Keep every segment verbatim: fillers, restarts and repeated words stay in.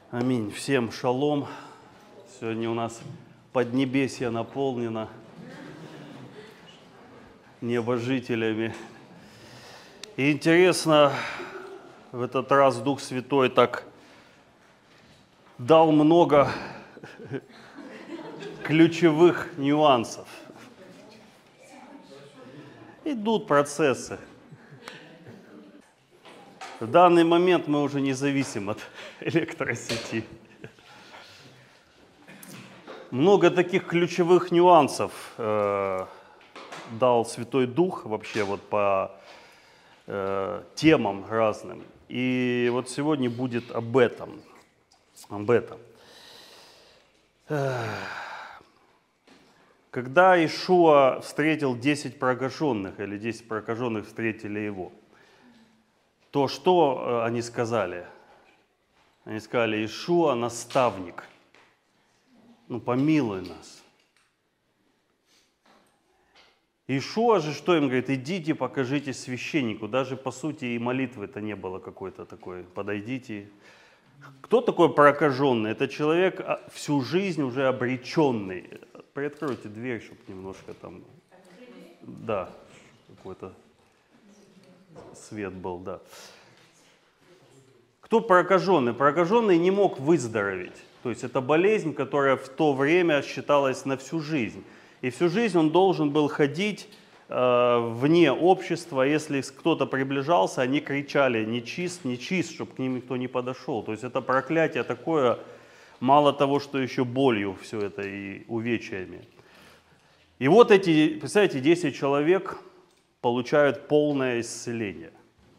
Аминь. Всем шалом. Сегодня у нас Поднебесье наполнено небожителями. И интересно, в этот раз Дух Святой так дал много ключевых нюансов. Идут процессы. В данный момент мы уже не зависим от электросети. Много таких ключевых нюансов э, дал Святой Дух вообще вот по э, темам разным. И вот сегодня будет об этом. Об этом. Когда Иешуа встретил десять прокаженных, или десять прокаженных встретили его, то что они сказали? Они сказали: Иешуа, наставник, ну помилуй нас. Иешуа же что им говорит? Идите, покажите священнику. Даже по сути и молитвы-то не было какой-то такой. Подойдите. Кто такой прокаженный? Это человек всю жизнь уже обреченный. Приоткройте дверь, чтобы немножко там... Да, какой-то свет был, да. Кто прокаженный? Прокаженный не мог выздороветь. То есть это болезнь, которая в то время считалась на всю жизнь. И всю жизнь он должен был ходить э, вне общества. Если кто-то приближался, они кричали: нечист, нечист, чтобы к ним никто не подошел. То есть это проклятие такое, мало того, что еще болью все это и увечьями. И вот эти, представляете, десять человек получают полное исцеление.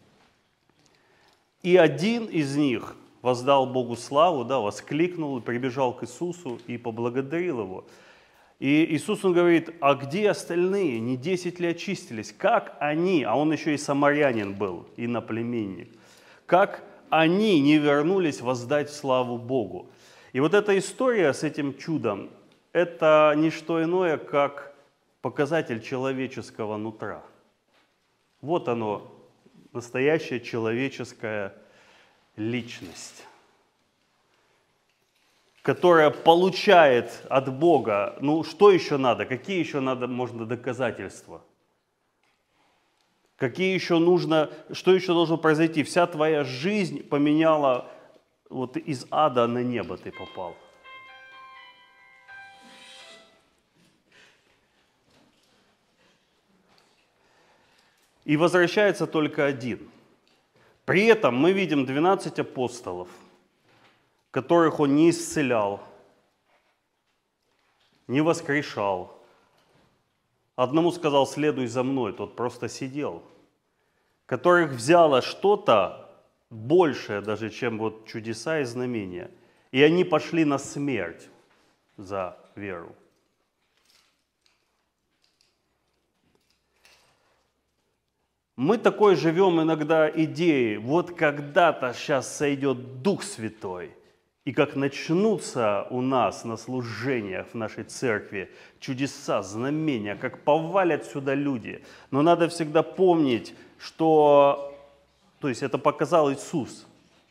И один из них воздал Богу славу, да, воскликнул, прибежал к Иисусу и поблагодарил его. И Иисус, он говорит: а где остальные? Не десять ли очистились? Как они, а он еще и самарянин был, иноплеменник, как они не вернулись воздать славу Богу? И вот эта история с этим чудом, это не что иное, как показатель человеческого нутра. Вот оно, настоящая человеческая личность, которая получает от Бога. Ну, что еще надо? Какие еще надо, можно, доказательства? Какие еще нужно, что еще должно произойти? Вся твоя жизнь поменяла, вот из ада на небо ты попал. И возвращается только один. При этом мы видим двенадцать апостолов, которых он не исцелял, не воскрешал. Одному сказал: следуй за мной, тот просто сидел. Которых взяло что-то большее даже, чем вот чудеса и знамения. И они пошли на смерть за веру. Мы такой живем иногда идеей: вот когда-то сейчас сойдет Дух Святой, и как начнутся у нас на служениях в нашей церкви чудеса, знамения, как повалят сюда люди. Но надо всегда помнить, что, то есть это показал Иисус.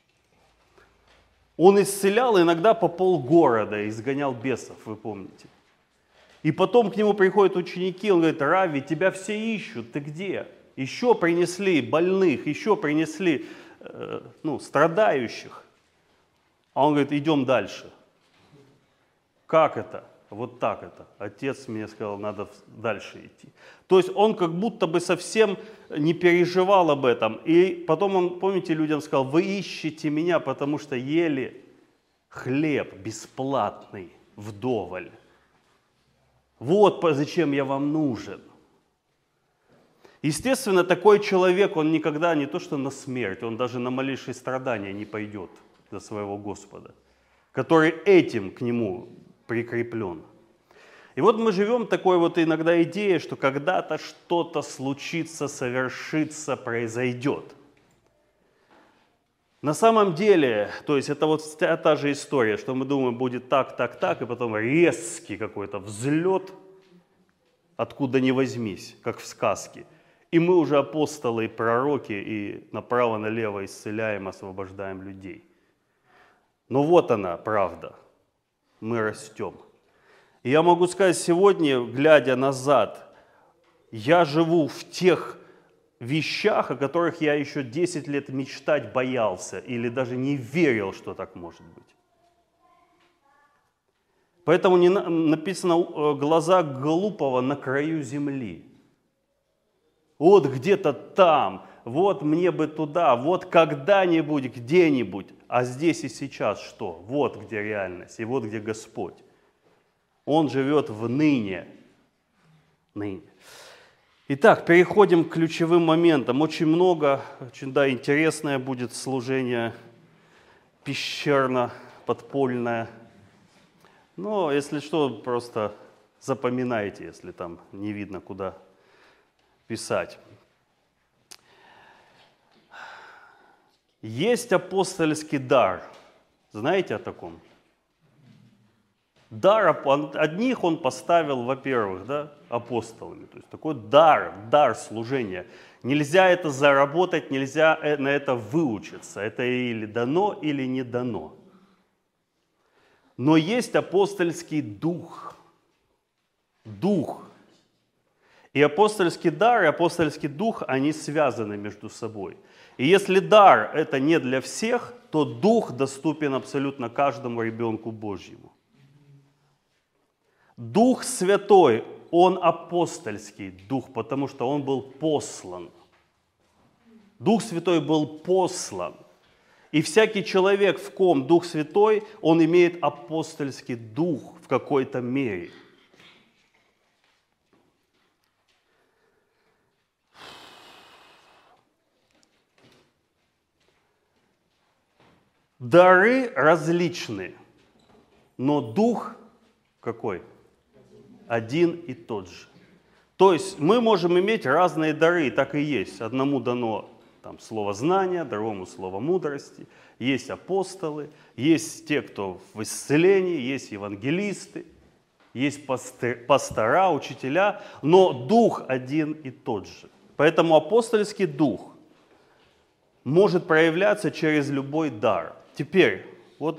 Он исцелял иногда по полгорода, изгонял бесов, вы помните. И потом к нему приходят ученики, он говорит: Равви, тебя все ищут, ты где? Еще принесли больных, еще принесли э, ну, страдающих. А он говорит: идем дальше. Как это? Вот так это. Отец мне сказал, надо дальше идти. То есть он как будто бы совсем не переживал об этом. И потом он, помните, людям сказал: вы ищете меня, потому что ели хлеб бесплатный вдоволь. Вот зачем я вам нужен. Естественно, такой человек, он никогда не то что на смерть, он даже на малейшие страдания не пойдет за своего Господа, который этим к нему прикреплен. И вот мы живем такой вот иногда идеей, что когда-то что-то случится, совершится, произойдет. На самом деле, то есть это вот та, та же история, что мы думаем, будет так, так, так, и потом резкий какой-то взлет, откуда ни возьмись, как в сказке. И мы уже апостолы и пророки, и направо-налево исцеляем, освобождаем людей. Но вот она, правда. Мы растем. И я могу сказать сегодня, глядя назад, я живу в тех вещах, о которых я еще десять лет мечтать боялся или даже не верил, что так может быть. Поэтому не написано «глаза глупого на краю земли». Вот где-то там, вот мне бы туда, вот когда-нибудь, где-нибудь. А здесь и сейчас что? Вот где реальность, и вот где Господь. Он живет в ныне. Ныне. Итак, переходим к ключевым моментам. Очень много, очень да, интересное будет служение пещерно-подпольное. Но, если что, просто запоминайте, если там не видно, куда писать. Есть апостольский дар. Знаете о таком? Дар, одних он поставил, во-первых, да, апостолами. То есть такой дар, дар служения. Нельзя это заработать, нельзя на это выучиться. Это или дано, или не дано. Но есть апостольский дух. Дух. И апостольский дар, и апостольский дух, они связаны между собой. И если дар это не для всех, то дух доступен абсолютно каждому ребенку Божьему. Дух Святой, он апостольский дух, потому что он был послан. Дух Святой был послан. И всякий человек, в ком Дух Святой, он имеет апостольский дух в какой-то мере. Дары различны, но дух какой? Один и тот же. То есть мы можем иметь разные дары, так и есть. Одному дано там, слово знания, другому слово мудрости. Есть апостолы, есть те, кто в исцелении, есть евангелисты, есть пастора, учителя, но дух один и тот же. Поэтому апостольский дух может проявляться через любой дар. Теперь, вот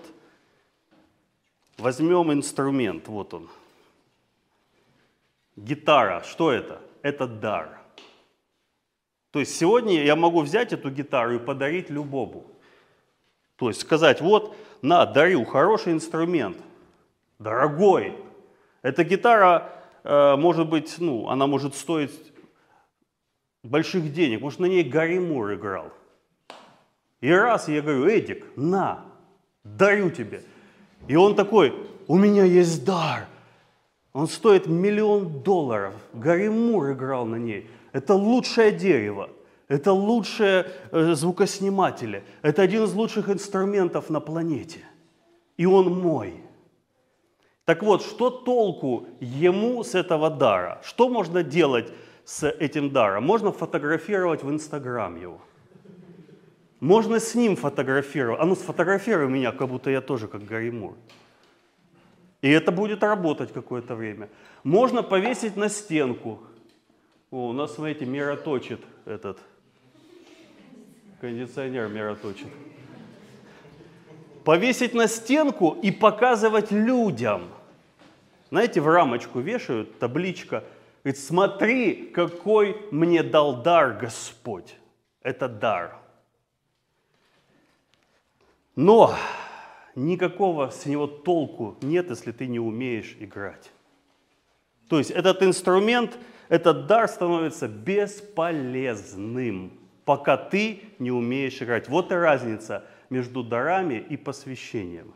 возьмем инструмент, вот он. Гитара, что это? Это дар. То есть сегодня я могу взять эту гитару и подарить любому. То есть сказать, вот, на, дарю, хороший инструмент, дорогой. Эта гитара, э, может быть, ну, она может стоить больших денег, может, на ней Гарри Мур играл. И раз я говорю, Эдик, на, дарю тебе. И он такой, у меня есть дар. Он стоит миллион долларов. Гарри Мур играл на ней. Это лучшее дерево. Это лучшие э, звукосниматели. Это один из лучших инструментов на планете. И он мой. Так вот, что толку ему с этого дара? Что можно делать с этим даром? Можно фотографировать в Инстаграм его. Можно с ним фотографировать. А ну сфотографируй меня, как будто я тоже как Гарри Мур. И это будет работать какое-то время. Можно повесить на стенку. О, у нас, смотрите, мироточит этот кондиционер мироточит. Повесить на стенку и показывать людям. Знаете, в рамочку вешают табличка. Говорит, смотри, какой мне дал дар Господь. Это дар. Но никакого с него толку нет, если ты не умеешь играть. То есть этот инструмент, этот дар становится бесполезным, пока ты не умеешь играть. Вот и разница между дарами и посвящением.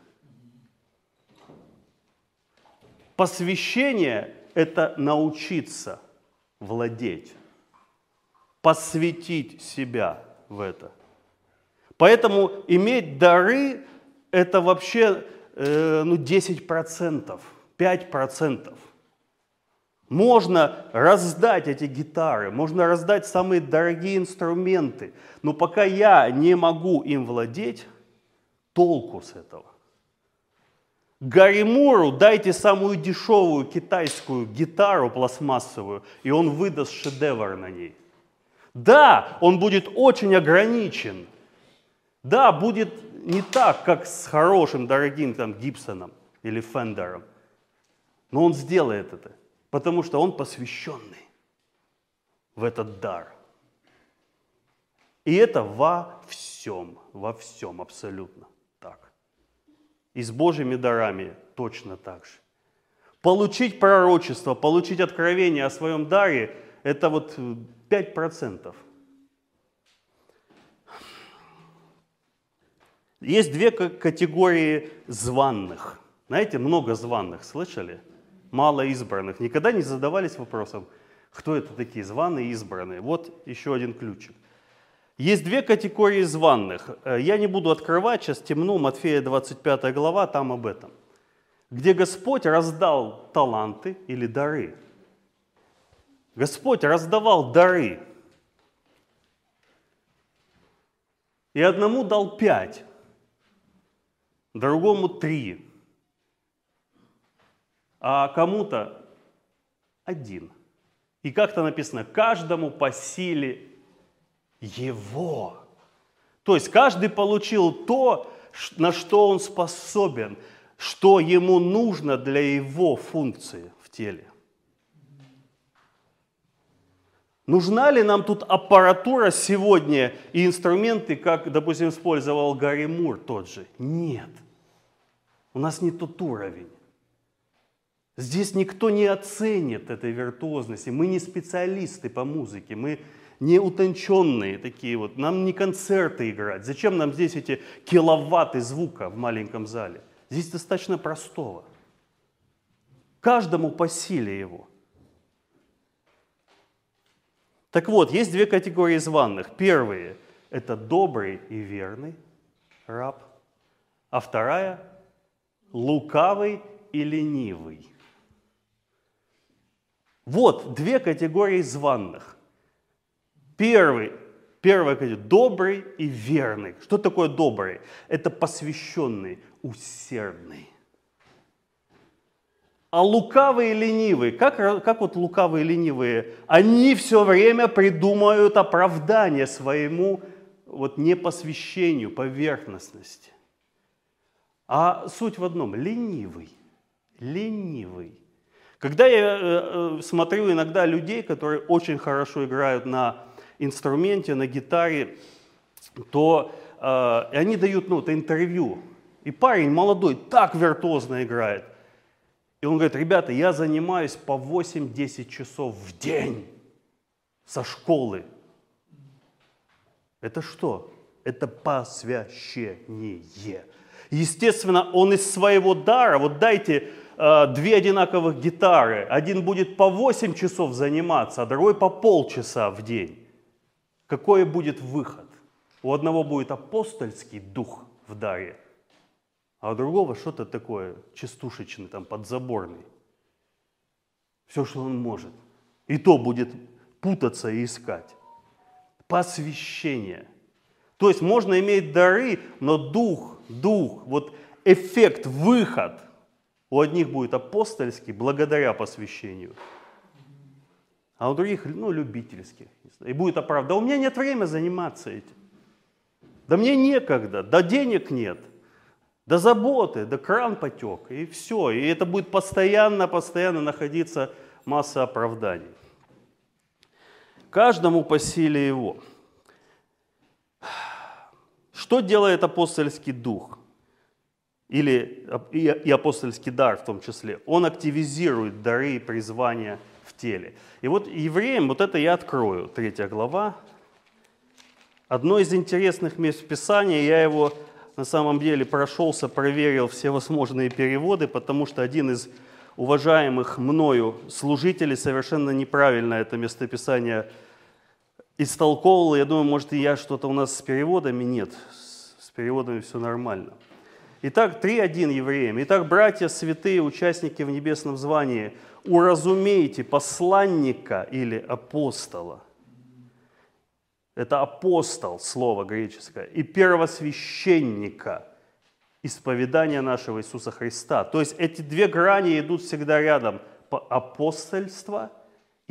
Посвящение – это научиться владеть, посвятить себя в это. Поэтому иметь дары – это вообще э, ну, десять процентов, пять процентов. Можно раздать эти гитары, можно раздать самые дорогие инструменты, но пока я не могу им владеть, толку с этого. Гарри Муру дайте самую дешевую китайскую гитару пластмассовую, и он выдаст шедевр на ней. Да, он будет очень ограничен. Да, будет не так, как с хорошим, дорогим там Гибсоном или Фендером. Но он сделает это, потому что он посвященный в этот дар. И это во всем, во всем абсолютно так. И с Божьими дарами точно так же. Получить пророчество, получить откровение о своем даре – это вот пять процентов. Есть две категории званных. Знаете, много званных, слышали? Мало избранных. Никогда не задавались вопросом, кто это такие званые и избранные? Вот еще один ключик. Есть две категории званных. Я не буду открывать, сейчас темно, Матфея двадцать пятая глава, там об этом. Где Господь раздал таланты или дары. Господь раздавал дары. И одному дал пять, другому три, а кому-то один. И как-то написано, каждому по силе его. То есть каждый получил то, на что он способен, что ему нужно для его функции в теле. Нужна ли нам тут аппаратура сегодня и инструменты, как, допустим, использовал Гарри Мур тот же? Нет. У нас не тот уровень. Здесь никто не оценит этой виртуозности. Мы не специалисты по музыке, мы не утонченные такие вот. Нам не концерты играть. Зачем нам здесь эти киловатты звука в маленьком зале? Здесь достаточно простого. Каждому по силе его. Так вот, есть две категории званных. Первые – это добрый и верный раб, а вторая – лукавый и ленивый. Вот две категории званных. Первый, первая категория – добрый и верный. Что такое добрый? Это посвященный, усердный. А лукавые и ленивые, как, как вот лукавые и ленивые, они все время придумают оправдание своему вот непосвящению, поверхностности. А суть в одном – ленивый, ленивый. Когда я э, смотрю иногда людей, которые очень хорошо играют на инструменте, на гитаре, то э, они дают ну, интервью. И парень молодой так виртуозно играет. И он говорит, ребята, я занимаюсь по восемь-десять часов в день со школы. Это что? Это посвящение. Естественно, он из своего дара, вот дайте э, две одинаковых гитары, один будет по восемь часов заниматься, а другой по полчаса в день. Какой будет выход? У одного будет апостольский дух в даре, а у другого что-то такое частушечный, там, подзаборный. Все, что он может. И то будет путаться и искать. Посвящение. То есть можно иметь дары, но дух, дух, вот эффект, выход у одних будет апостольский благодаря посвящению, а у других, ну, любительский. И будет оправдан. Да у меня нет времени заниматься этим. Да мне некогда, да денег нет. Да заботы, да кран потек, и все. И это будет постоянно, постоянно находиться масса оправданий. Каждому по силе его. Что делает апостольский дух? Или и апостольский дар в том числе? Он активизирует дары и призвания в теле. И вот евреям, вот это я открою, третья глава. Одно из интересных мест в Писании, я его на самом деле прошелся, проверил все возможные переводы, потому что один из уважаемых мною служителей совершенно неправильно это местописание истолковывал. Я думаю, может, и я что-то у нас с переводами. Нет, с переводами все нормально. Итак, три один евреям. Итак, братья святые, участники в небесном звании, уразумейте посланника или апостола. Это апостол, слово греческое, и первосвященника исповедания нашего Иисуса Христа. То есть эти две грани идут всегда рядом. Апостольство и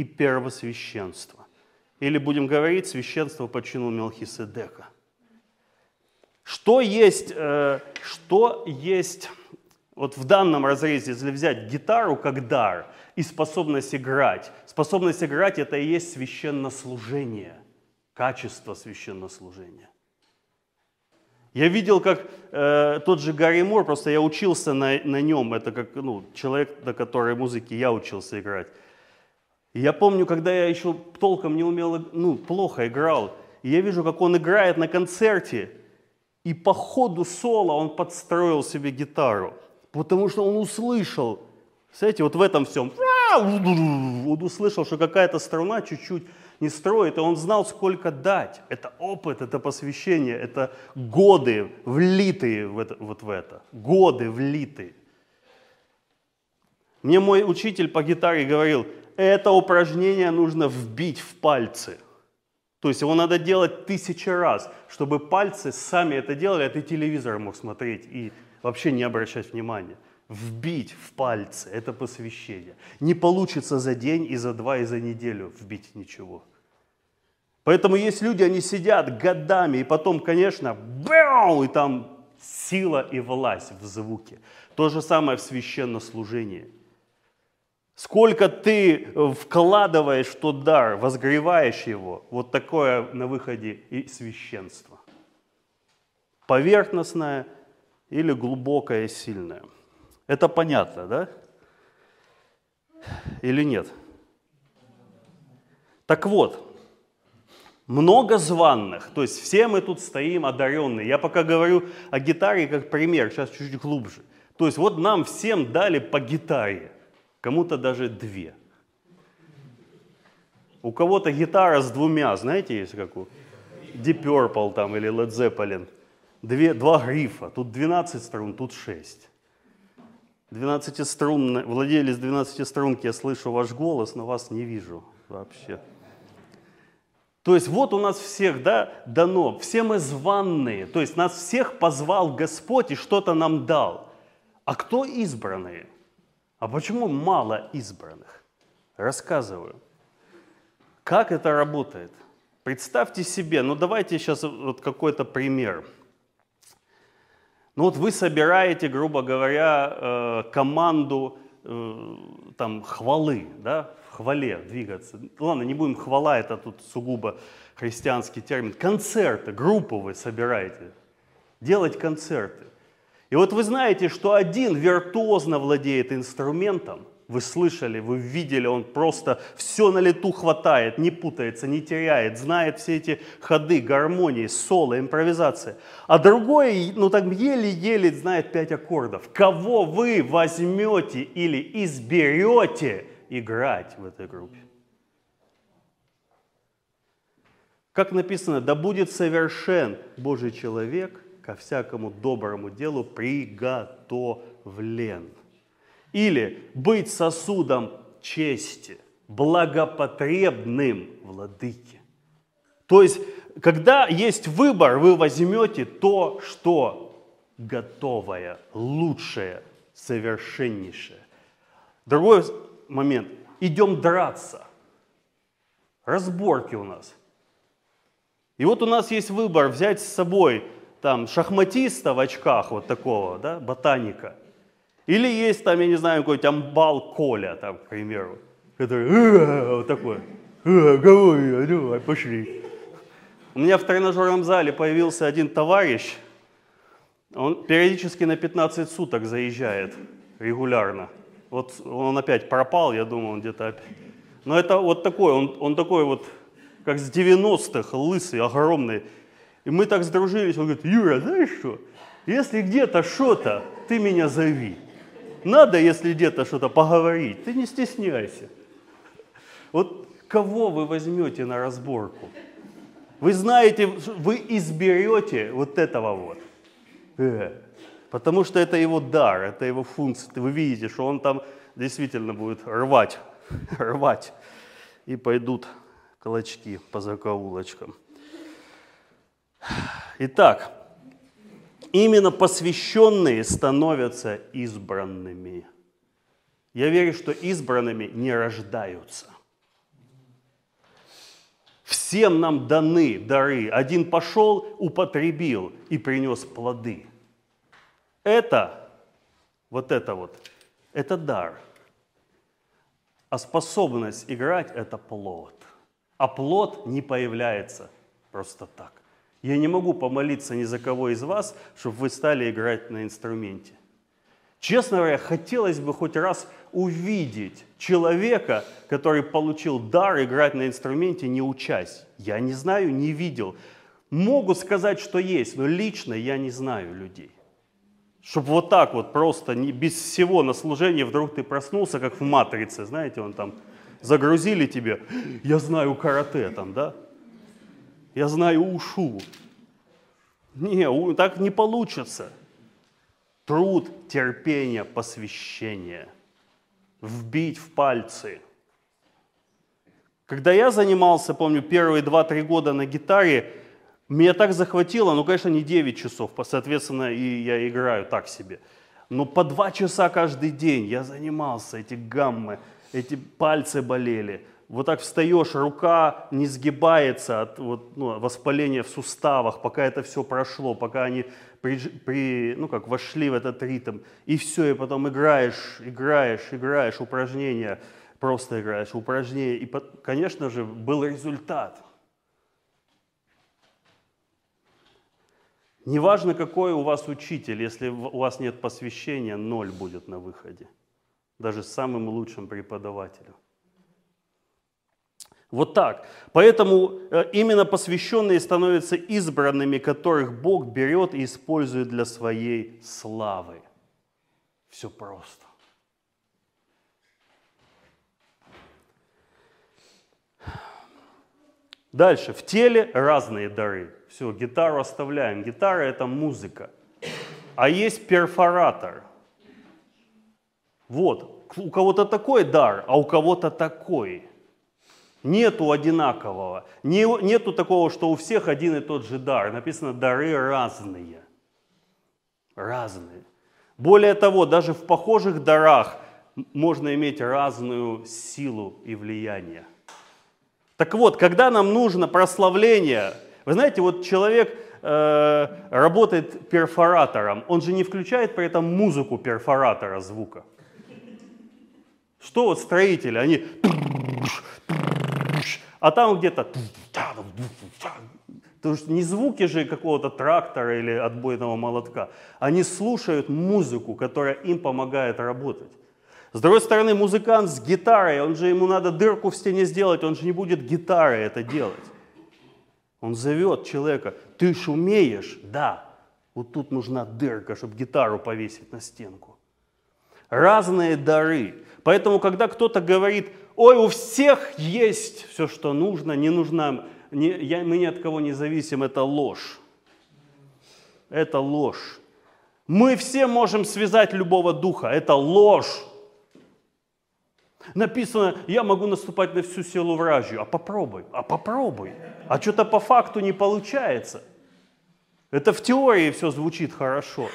первосвященство. Или будем говорить, священство по чину Мелхиседека. Что есть, э, что есть вот в данном разрезе, если взять гитару как дар и способность играть? Способность играть — это и есть священнослужение, качество священнослужения. Я видел, как э, тот же Гарри Мур, просто я учился на, на нем, это как ну, человек, на которой музыке я учился играть. И я помню, когда я еще толком не умел, ну, плохо играл, и я вижу, как он играет на концерте, и по ходу соло он подстроил себе гитару, потому что он услышал, знаете, вот в этом всем, он услышал, что какая-то струна чуть-чуть не строит, и он знал, сколько дать. Это опыт, это посвящение, это годы влитые в это, вот в это, годы влитые. Мне мой учитель по гитаре говорил, это упражнение нужно вбить в пальцы. То есть его надо делать тысячи раз, чтобы пальцы сами это делали, а ты телевизор мог смотреть и вообще не обращать внимания. Вбить в пальцы – это посвящение. Не получится за день, и за два, и за неделю вбить ничего. Поэтому есть люди, они сидят годами, и потом, конечно, бэу, и там сила и власть в звуке. То же самое в священнослужении. Сколько ты вкладываешь в тот дар, возгреваешь его, вот такое на выходе и священство. Поверхностное или глубокое и сильное. Это понятно, да? Или нет? Так вот, много званных, то есть все мы тут стоим одаренные. Я пока говорю о гитаре как пример, сейчас чуть-чуть глубже. То есть вот нам всем дали по гитаре. Кому-то даже две. У кого-то гитара с двумя, знаете, есть как у Deep Purple там, или Led Zeppelin. Две, два грифа, тут двенадцать струн, тут шесть. двенадцатиструнный, владелец двенадцатиструнки, я слышу ваш голос, но вас не вижу вообще. То есть вот у нас всех, да, дано, все мы званные, то есть нас всех позвал Господь и что-то нам дал. А кто избранные? А почему мало избранных? Рассказываю. Как это работает? Представьте себе, ну давайте сейчас вот какой-то пример. Ну вот вы собираете, грубо говоря, команду там хвалы, да, в хвале двигаться. Ладно, не будем хвала, это тут сугубо христианский термин. Концерты, группу вы собираете, делать концерты. И вот вы знаете, что один виртуозно владеет инструментом, вы слышали, вы видели, он просто все на лету хватает, не путается, не теряет, знает все эти ходы, гармонии, соло, импровизация. А другой, ну так еле-еле знает пять аккордов. Кого вы возьмете или изберете играть в этой группе? Как написано, да будет совершен Божий человек, ко всякому доброму делу приготовлен. Или быть сосудом чести, благопотребным владыке. То есть, когда есть выбор, вы возьмете то, что готовое, лучшее, совершеннейшее. Другой момент. Идем драться. Разборки у нас. И вот у нас есть выбор взять с собой там шахматиста в очках вот такого, да, ботаника. Или есть там, я не знаю, какой-то амбал Коля, там, к примеру, который вот такой, говори, давай, пошли. У меня в тренажерном зале появился один товарищ, он периодически на пятнадцать суток заезжает регулярно. Вот он опять пропал, я думаю, он где-то опять. Но это вот такой, он, он такой вот, как с девяностых, лысый, огромный. И мы так сдружились, он говорит, Юра, знаешь что, если где-то что-то, ты меня зови. Надо, если где-то что-то поговорить, ты не стесняйся. Вот кого вы возьмете на разборку? Вы знаете, вы изберете вот этого вот. Э, потому что это его дар, это его функция. Вы видите, что он там действительно будет рвать, рвать. И пойдут клочки по закоулочкам. Итак, именно посвященные становятся избранными. Я верю, что избранными не рождаются. Всем нам даны дары. Один пошел, употребил и принес плоды. Это, вот это вот, это дар. А способность играть – это плод. А плод не появляется просто так. Я не могу помолиться ни за кого из вас, чтобы вы стали играть на инструменте. Честно говоря, хотелось бы хоть раз увидеть человека, который получил дар играть на инструменте, не учась. Я не знаю, не видел. Могу сказать, что есть, но лично я не знаю людей. Чтобы вот так вот просто, не, без всего на служении вдруг ты проснулся, как в «Матрице», знаете, он там загрузили тебе, я знаю карате там, да? Я знаю ушу. Не, так не получится. Труд, терпение, посвящение. Вбить в пальцы. Когда я занимался, помню, первые два-три года на гитаре, меня так захватило, ну, конечно, не девять часов, соответственно, и я играю так себе. Но по два часа каждый день я занимался, эти гаммы, эти пальцы болели. Вот так встаешь, рука не сгибается от вот, ну, воспаления в суставах, пока это все прошло, пока они при, при, ну, как вошли в этот ритм. И все, и потом играешь, играешь, играешь, упражнения, просто играешь, упражнения. И, конечно же, был результат. Неважно, какой у вас учитель, если у вас нет посвящения, ноль будет на выходе. Даже с самым лучшим преподавателем. Вот так. Поэтому именно посвященные становятся избранными, которых Бог берет и использует для своей славы. Все просто. Дальше. В теле разные дары. Все, гитару оставляем. Гитара – это музыка. А есть перфоратор. Вот. У кого-то такой дар, а у кого-то такой. Нету одинакового. Не, нету такого, что у всех один и тот же дар. Написано, дары разные. Разные. Более того, даже в похожих дарах можно иметь разную силу и влияние. Так вот, когда нам нужно прославление, вы знаете, вот человек э, работает перфоратором, он же не включает при этом музыку перфоратора звука. Что вот строители, они... А там где-то... То есть не звуки же какого-то трактора или отбойного молотка. Они слушают музыку, которая им помогает работать. С другой стороны, музыкант с гитарой, он же ему надо дырку в стене сделать, он же не будет гитарой это делать. Он зовет человека, ты ж умеешь? Да. Вот тут нужна дырка, чтобы гитару повесить на стенку. Разные дары. Поэтому, когда кто-то говорит, ой, у всех есть все, что нужно, не нужно, не, я, мы ни от кого не зависим, это ложь. Это ложь. Мы все можем связать любого духа, это ложь. Написано, я могу наступать на всю силу вражью. А попробуй, а попробуй. А что-то по факту не получается. Это в теории все звучит хорошо.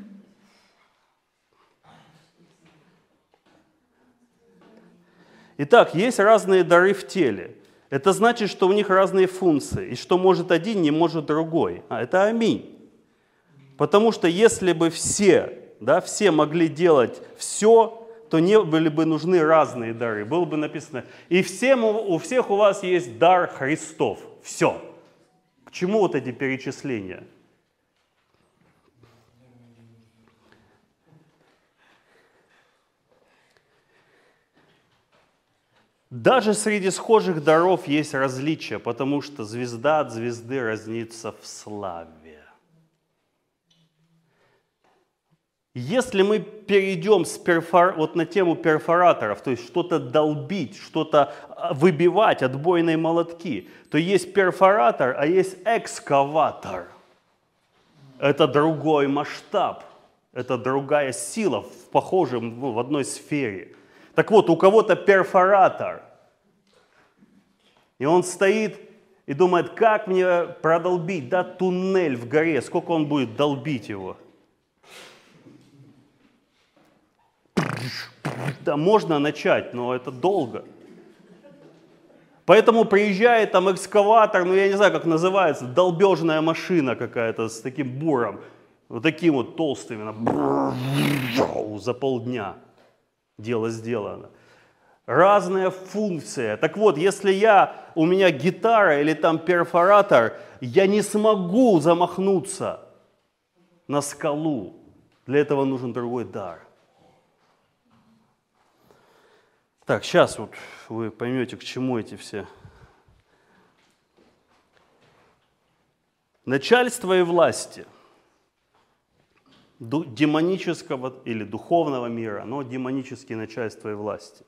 Итак, есть разные дары в теле. Это значит, что у них разные функции. И что может один, не может другой. А это аминь. Потому что если бы все, да, все могли делать все, то не были бы нужны разные дары. Было бы написано, и всем, у всех у вас есть дар Христов. Все. К чему вот эти перечисления? Даже среди схожих даров есть различия, потому что звезда от звезды разнится в славе. Если мы перейдем с перфор... вот на тему перфораторов, то есть что-то долбить, что-то выбивать, отбойные молотки, то есть перфоратор, а есть экскаватор. Это другой масштаб, это другая сила в похожем, ну, в одной сфере. Так вот, у кого-то перфоратор, и он стоит и думает, как мне продолбить, да, туннель в горе, сколько он будет долбить его. Да, можно начать, но это долго. Поэтому приезжает там экскаватор, ну я не знаю, как называется, долбежная машина какая-то с таким буром, вот таким вот толстым, за полдня дело сделано. Разная функция. Так вот, если я, у меня гитара или там перфоратор, я не смогу замахнуться на скалу. Для этого нужен другой дар. Так, сейчас вот вы поймете, к чему эти все. Начальство и власти демонического или духовного мира, но демонические начальства и власти.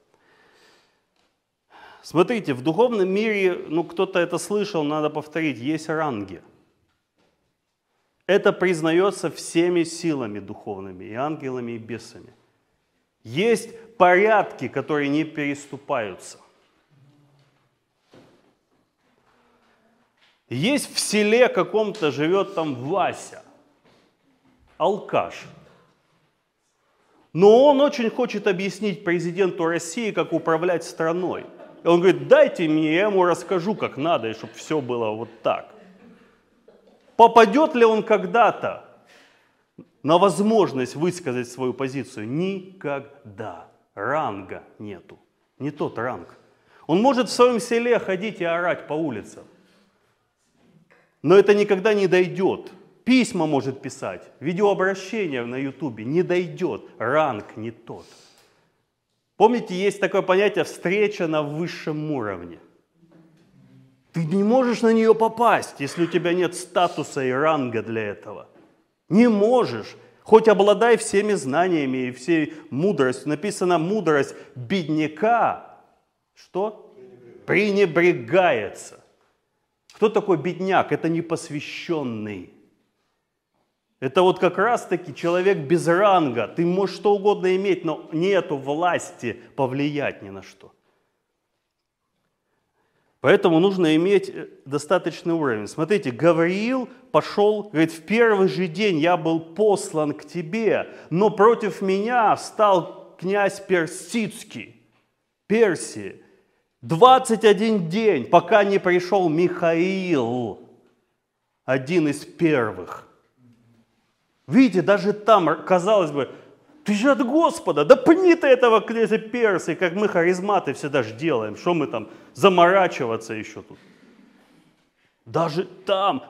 Смотрите, в духовном мире, ну кто-то это слышал, надо повторить, есть ранги. Это признается всеми силами духовными, и ангелами, и бесами. Есть порядки, которые не переступаются. Есть в селе каком-то живет там Вася, алкаш. Но он очень хочет объяснить президенту России, как управлять страной. И он говорит, дайте мне, я ему расскажу, как надо, и чтобы все было вот так. Попадет ли он когда-то на возможность высказать свою позицию? Никогда. Ранга нету. Не тот ранг. Он может в своем селе ходить и орать по улицам. Но это никогда не дойдет. Письма может писать, видеообращения на ютубе. Не дойдет. Ранг не тот. Помните, есть такое понятие «встреча на высшем уровне». Ты не можешь на нее попасть, если у тебя нет статуса и ранга для этого. Не можешь. Хоть обладай всеми знаниями и всей мудростью. Написано, мудрость бедняка, что? Пренебрегается. Кто такой бедняк? Это непосвященный. Это вот как раз-таки человек без ранга. Ты можешь что угодно иметь, но нету власти повлиять ни на что. Поэтому нужно иметь достаточный уровень. Смотрите, Гавриил пошел, говорит, в первый же день я был послан к тебе, но против меня встал князь Персидский, Персии. двадцать один день, пока не пришел Михаил, один из первых. Видите, даже там, казалось бы, ты же от Господа, да пни ты этого князя Персии, как мы харизматы всегда ж делаем, что мы там заморачиваться еще тут. Даже там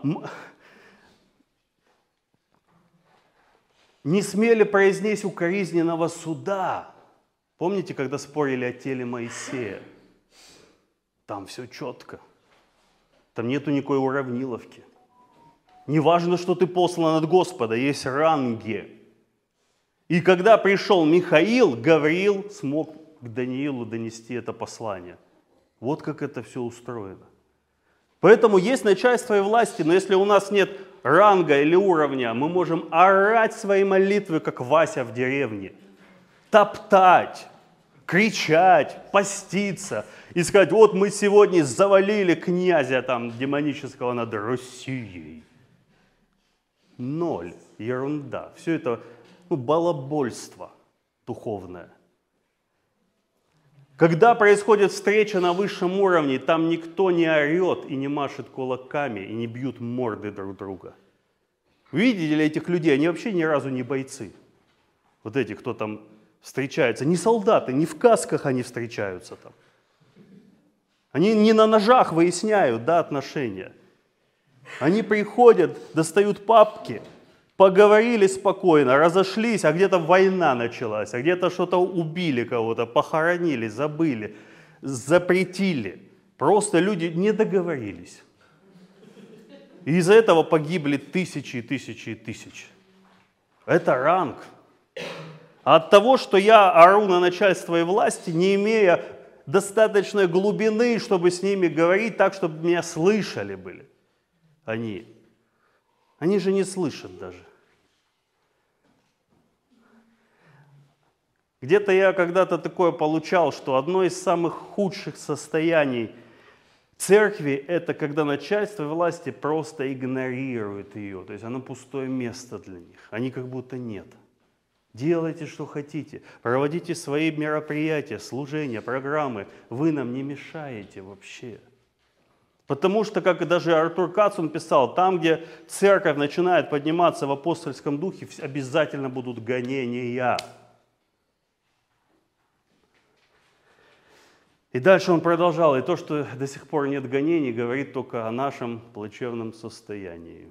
не смели произнести укоризненного суда. Помните, когда спорили о теле Моисея? Там все четко. Там нету никакой уравниловки. Не важно, что ты послан от Господа, есть ранги. И когда пришел Михаил, Гавриил смог к Даниилу донести это послание. Вот как это все устроено. Поэтому есть начальство и власти, но если у нас нет ранга или уровня, мы можем орать свои молитвы, как Вася в деревне. Топтать, кричать, поститься и сказать, вот мы сегодня завалили князя там демонического над Россией. Ноль. Ерунда. Все это ну, балабольство духовное. Когда происходит встреча на высшем уровне, там никто не орет и не машет кулаками, и не бьют морды друг друга. Вы видели этих людей? Они вообще ни разу не бойцы. Вот эти, кто там встречается. Не солдаты, не в касках они встречаются там. Они не на ножах выясняют, да, отношения. Они приходят, достают папки, поговорили спокойно, разошлись, а где-то война началась, а где-то что-то убили кого-то, похоронили, забыли, запретили. Просто люди не договорились. И из-за этого погибли тысячи и тысячи и тысячи. Это ранг. А от того, что я ору на начальство и власти, не имея достаточной глубины, чтобы с ними говорить так, чтобы меня слышали были. Они. Они же не слышат даже. Где-то я когда-то такое получал, что одно из самых худших состояний церкви – это когда начальство и власти просто игнорируют ее. То есть оно пустое место для них. Они как будто нет. Делайте, что хотите. Проводите свои мероприятия, служения, программы. Вы нам не мешаете вообще. Потому что, как и даже Артур Кацун писал, там, где церковь начинает подниматься в апостольском духе, обязательно будут гонения. И дальше он продолжал. И то, что до сих пор нет гонений, говорит только о нашем плачевном состоянии.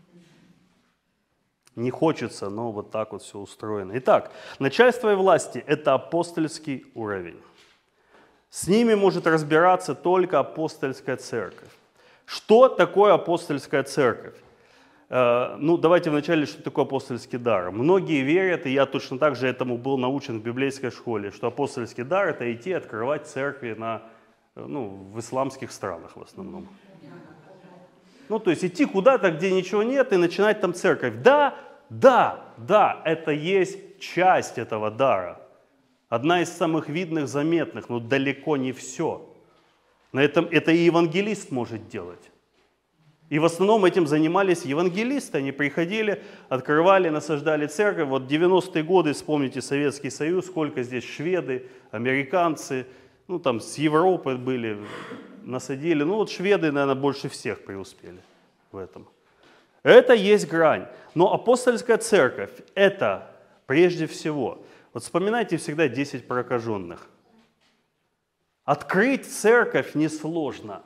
Не хочется, но вот так вот все устроено. Итак, начальство и власти – это апостольский уровень. С ними может разбираться только апостольская церковь. Что такое апостольская церковь? Э, ну, давайте вначале, что такое апостольский дар. Многие верят, и я точно так же этому был научен в библейской школе, что апостольский дар – это идти открывать церкви на, ну, в исламских странах в основном. Ну, то есть идти куда-то, где ничего нет, и начинать там церковь. Да, да, да, это есть часть этого дара. Одна из самых видных, заметных, но далеко не все. На этом, это и евангелист может делать. И в основном этим занимались евангелисты. Они приходили, открывали, насаждали церковь. Вот девяностые годы, вспомните Советский Союз, сколько здесь шведы, американцы, ну там с Европы были, насадили. Ну вот шведы, наверное, больше всех преуспели в этом. Это есть грань. Но апостольская церковь – это прежде всего, вот вспоминайте всегда десять прокаженных. Открыть церковь несложно.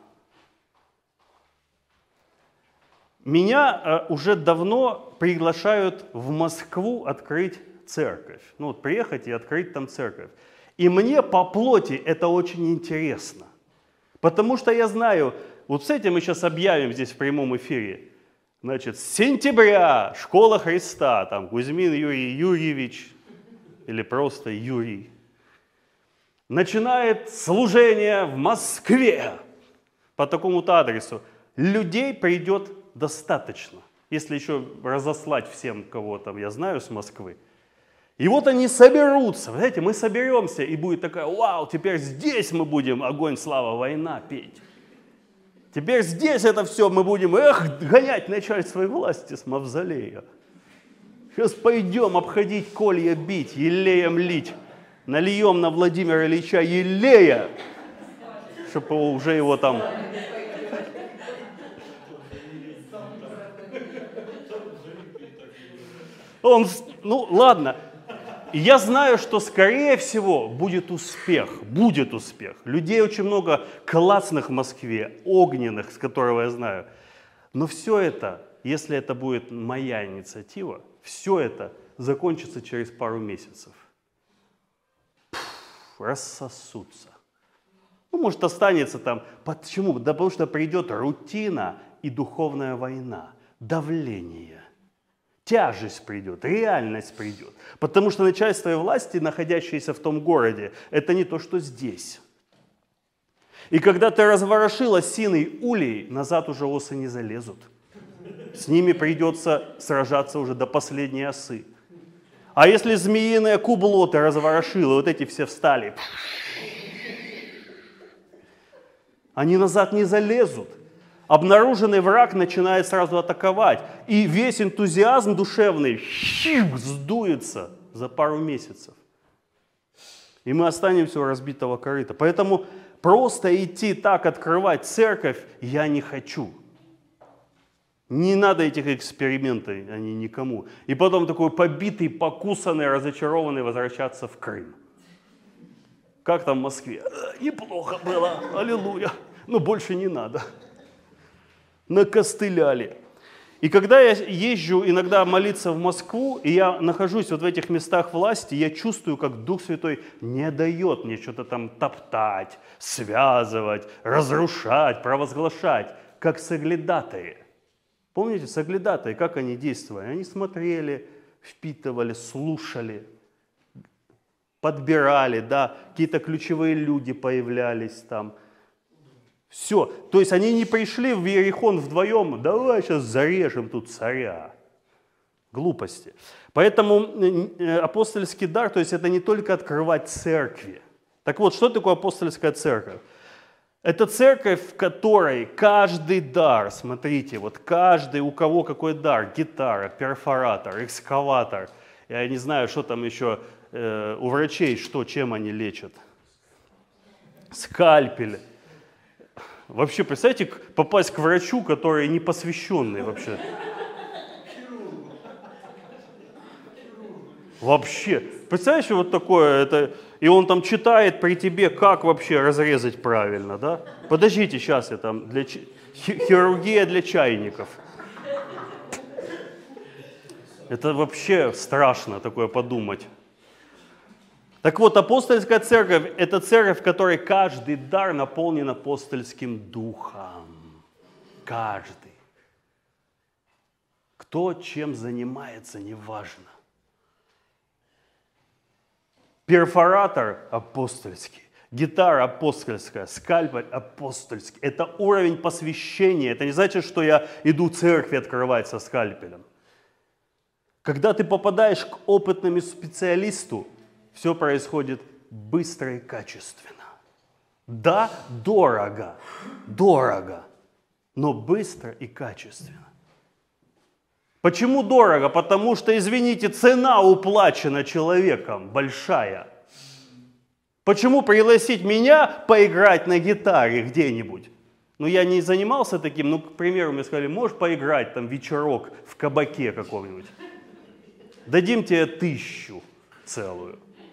Меня э, уже давно приглашают в Москву открыть церковь. Ну вот приехать и открыть там церковь. И мне по плоти это очень интересно. Потому что я знаю, вот с этим мы сейчас объявим здесь в прямом эфире. Значит, с сентября школа Христа, там Кузьмин Юрий Юрьевич, или просто Юрий, начинает служение в Москве по такому-то адресу. Людей придет достаточно, если еще разослать всем, кого там я знаю с Москвы. И вот они соберутся, знаете, мы соберемся, и будет такая: вау, теперь здесь мы будем огонь, слава, война петь. Теперь здесь это все мы будем, эх, гонять начальство и власти с мавзолея. Сейчас пойдем обходить колья бить, елеем лить. Нальем на Владимира Ильича елея, чтобы уже его там... Он, ну ладно, я знаю, что скорее всего будет успех, будет успех. Людей очень много классных в Москве, огненных, с которого я знаю. Но все это, если это будет моя инициатива, все это закончится через пару месяцев. Пфф, рассосутся. Ну, может, останется там. Почему? Да потому что придет рутина и духовная война, давление. Тяжесть придет, реальность придет. Потому что начальство и власти, находящиеся в том городе, это не то, что здесь. И когда ты разворошил осиный улей, назад уже осы не залезут. С ними придется сражаться уже до последней осы. А если змеиное кубло ты разворошил, и вот эти все встали, они назад не залезут. Обнаруженный враг начинает сразу атаковать. И весь энтузиазм душевный сдуется за пару месяцев. И мы останемся у разбитого корыта. Поэтому просто идти так открывать церковь я не хочу. Не надо этих экспериментов, они никому. И потом такой побитый, покусанный, разочарованный возвращаться в Крым. Как там в Москве? Неплохо было, аллилуйя. Но больше не надо. Накостыляли. И когда я езжу иногда молиться в Москву, и я нахожусь вот в этих местах власти, я чувствую, как Дух Святой не дает мне что-то там топтать, связывать, разрушать, провозглашать, как соглядатые. Помните, соглядатые, как они действовали? Они смотрели, впитывали, слушали, подбирали, да, какие-то ключевые люди появлялись там. Все. То есть они не пришли в Иерихон вдвоем, давай сейчас зарежем тут царя. Глупости. Поэтому апостольский дар, то есть это не только открывать церкви. Так вот, что такое апостольская церковь? Это церковь, в которой каждый дар, смотрите, вот каждый, у кого какой дар, гитара, перфоратор, экскаватор, Я не знаю, что там еще э, у врачей, что, чем они лечат. Скальпель. Вообще, представьте, попасть к врачу, который не посвященный вообще. Вообще. Представляешь, вот такое, это, и он там читает при тебе, как вообще разрезать правильно, да? Подождите, сейчас я там, для, хирургия для чайников. Это вообще страшно такое подумать. Так вот, апостольская церковь – это церковь, в которой каждый дар наполнен апостольским духом. Каждый. Кто чем занимается, неважно. Перфоратор апостольский, гитара апостольская, скальпель апостольский. Это уровень посвящения. Это не значит, что я иду в церкви открывать со скальпелем. Когда ты попадаешь к опытному специалисту, все происходит быстро и качественно. Да, дорого, дорого, но быстро и качественно. Почему дорого? Потому что, извините, цена уплачена человеком большая. Почему пригласить меня поиграть на гитаре где-нибудь? Ну, я не занимался таким, ну, к примеру, мне сказали, можешь поиграть там вечерок в кабаке каком-нибудь? Дадим тебе тысячу целую.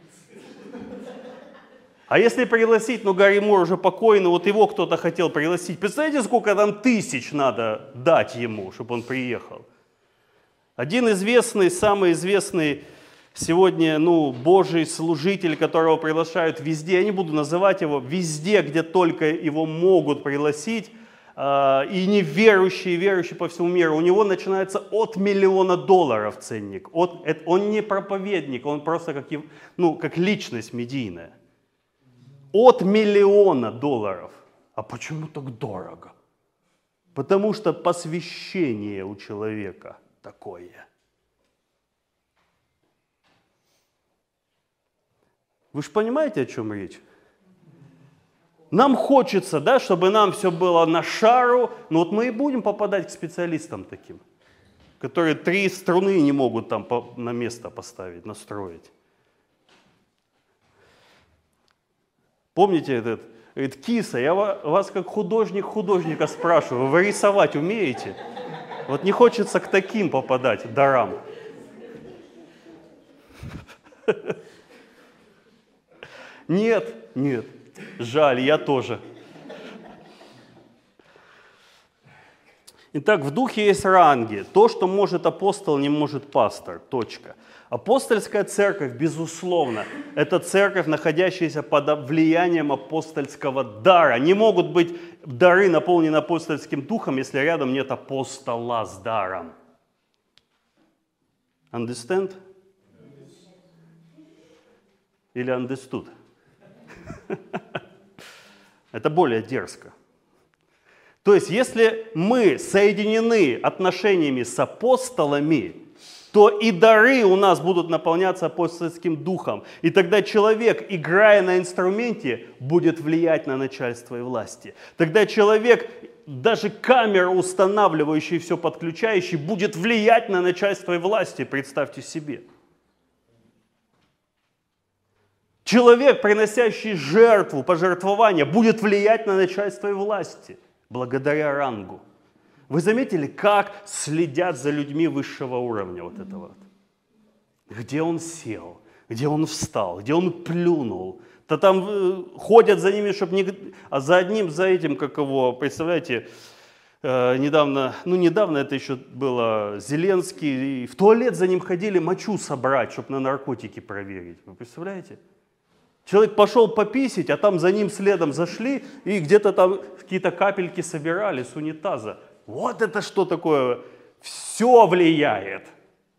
А если пригласить, ну, Гарри Мур уже покойный, вот его кто-то хотел пригласить. Представляете, сколько там тысяч надо дать ему, чтобы он приехал? Один известный, самый известный сегодня, ну, Божий служитель, которого приглашают везде, я не буду называть его, везде, где только его могут пригласить, э, и неверующие, верующие по всему миру, у него начинается от миллиона долларов ценник. От, это, он не проповедник, он просто как, ну, как личность медийная. От миллиона долларов. А почему так дорого? Потому что посвящение у человека такое. Вы же понимаете, о чем речь? Нам хочется, да, чтобы нам все было на шару, но вот мы и будем попадать к специалистам таким, которые три струны не могут там по, на место поставить, настроить. Помните этот, говорит, киса, я вас как художник художника спрашиваю, вы рисовать умеете? Вот не хочется к таким попадать дарам. Нет, нет, жаль, я тоже. Итак, в духе есть ранги. То, что может апостол, не может пастор. Точка. Апостольская церковь, безусловно, это церковь, находящаяся под влиянием апостольского дара. Не могут быть дары, наполнены апостольским духом, если рядом нет апостола с даром. Understand? Или understood? Это более дерзко. То есть, если мы соединены отношениями с апостолами, то и дары у нас будут наполняться апостольским духом. И тогда человек, играя на инструменте, будет влиять на начальство и власти. Тогда человек, даже камера, устанавливающая и все подключающий, будет влиять на начальство и власти, представьте себе. Человек, приносящий жертву, пожертвование, будет влиять на начальство и власти, благодаря рангу. Вы заметили, как следят за людьми высшего уровня вот этого? Где он сел, где он встал, где он плюнул. То там э, ходят за ними, чтобы не... А за одним, за этим, как его, представляете, э, недавно, ну недавно это еще было, Зеленский, и в туалет за ним ходили мочу собрать, чтобы на наркотики проверить. Вы представляете? Человек пошел пописить, а там за ним следом зашли, и где-то там какие-то капельки собирали с унитаза. Вот это что такое? Все влияет.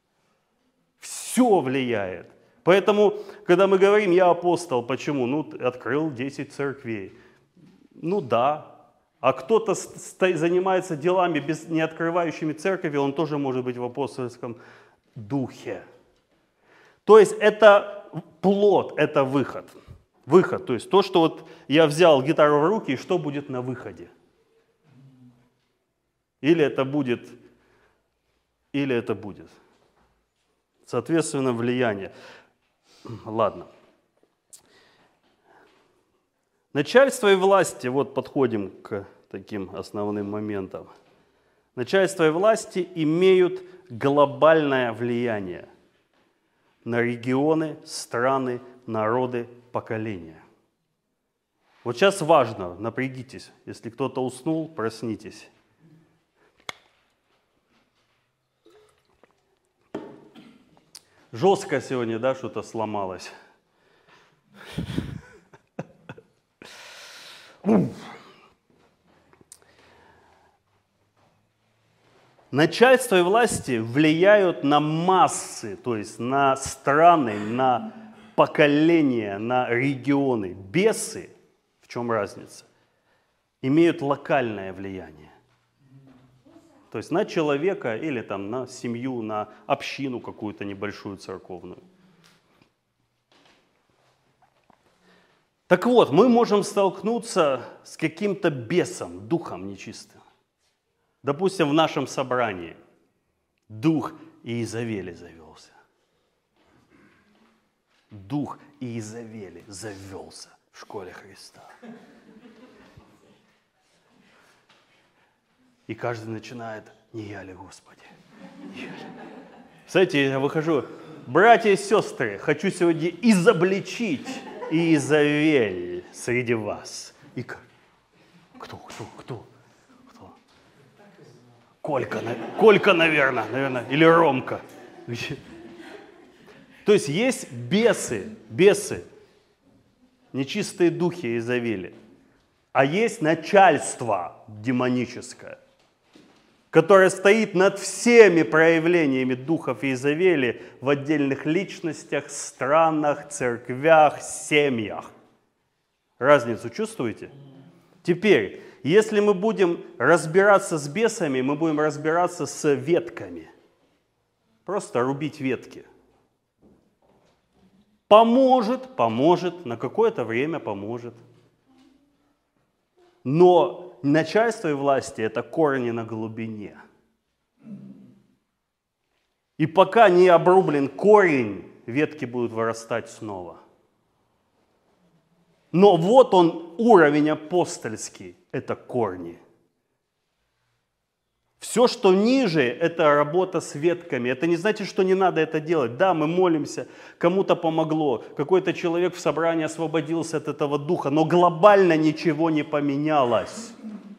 Все влияет. Поэтому, когда мы говорим, я апостол, почему? Ну, открыл десять церквей. Ну да. А кто-то занимается делами, без, не открывающими церковь, он тоже может быть в апостольском духе. То есть это плод, это выход. Выход, то есть то, что вот я взял гитару в руки, и что будет на выходе. Или это будет, или это будет. Соответственно, влияние. Ладно. Начальство и власти, вот подходим к таким основным моментам. Начальство и власти имеют глобальное влияние на регионы, страны, народы, поколения. Вот сейчас важно, напрягитесь. Если кто-то уснул, проснитесь. Жестко сегодня, да, что-то сломалось. Начальство и власти влияют на массы, то есть на страны, на поколения, на регионы. Бесы, в чем разница, имеют локальное влияние. То есть на человека или там на семью, на общину какую-то небольшую церковную. Так вот, мы можем столкнуться с каким-то бесом, духом нечистым. Допустим, в нашем собрании дух Иезавели завелся. Дух Иезавели завелся в школе Христа. И каждый начинает: не я ли, Господи? Не я ли? Знаете, я выхожу: братья и сестры, хочу сегодня изобличить Иезавель среди вас. И кто, кто, кто? Кто? Колька, Колька, наверное, наверное, или Ромка. То есть есть бесы, бесы, нечистые духи Иезавели, а есть начальство демоническое, которое стоит над всеми проявлениями духов Иезавели в отдельных личностях, странах, церквях, семьях. Разницу чувствуете? Теперь, если мы будем разбираться с бесами, мы будем разбираться с ветками. Просто рубить ветки. Поможет, поможет, на какое-то время поможет. Но начальство и власти – это корни на глубине. И пока не обрублен корень, ветки будут вырастать снова. Но вот он, уровень апостольский – это корни. Все, что ниже, это работа с ветками. Это не значит, что не надо это делать. Да, мы молимся, кому-то помогло, какой-то человек в собрании освободился от этого духа, но глобально ничего не поменялось.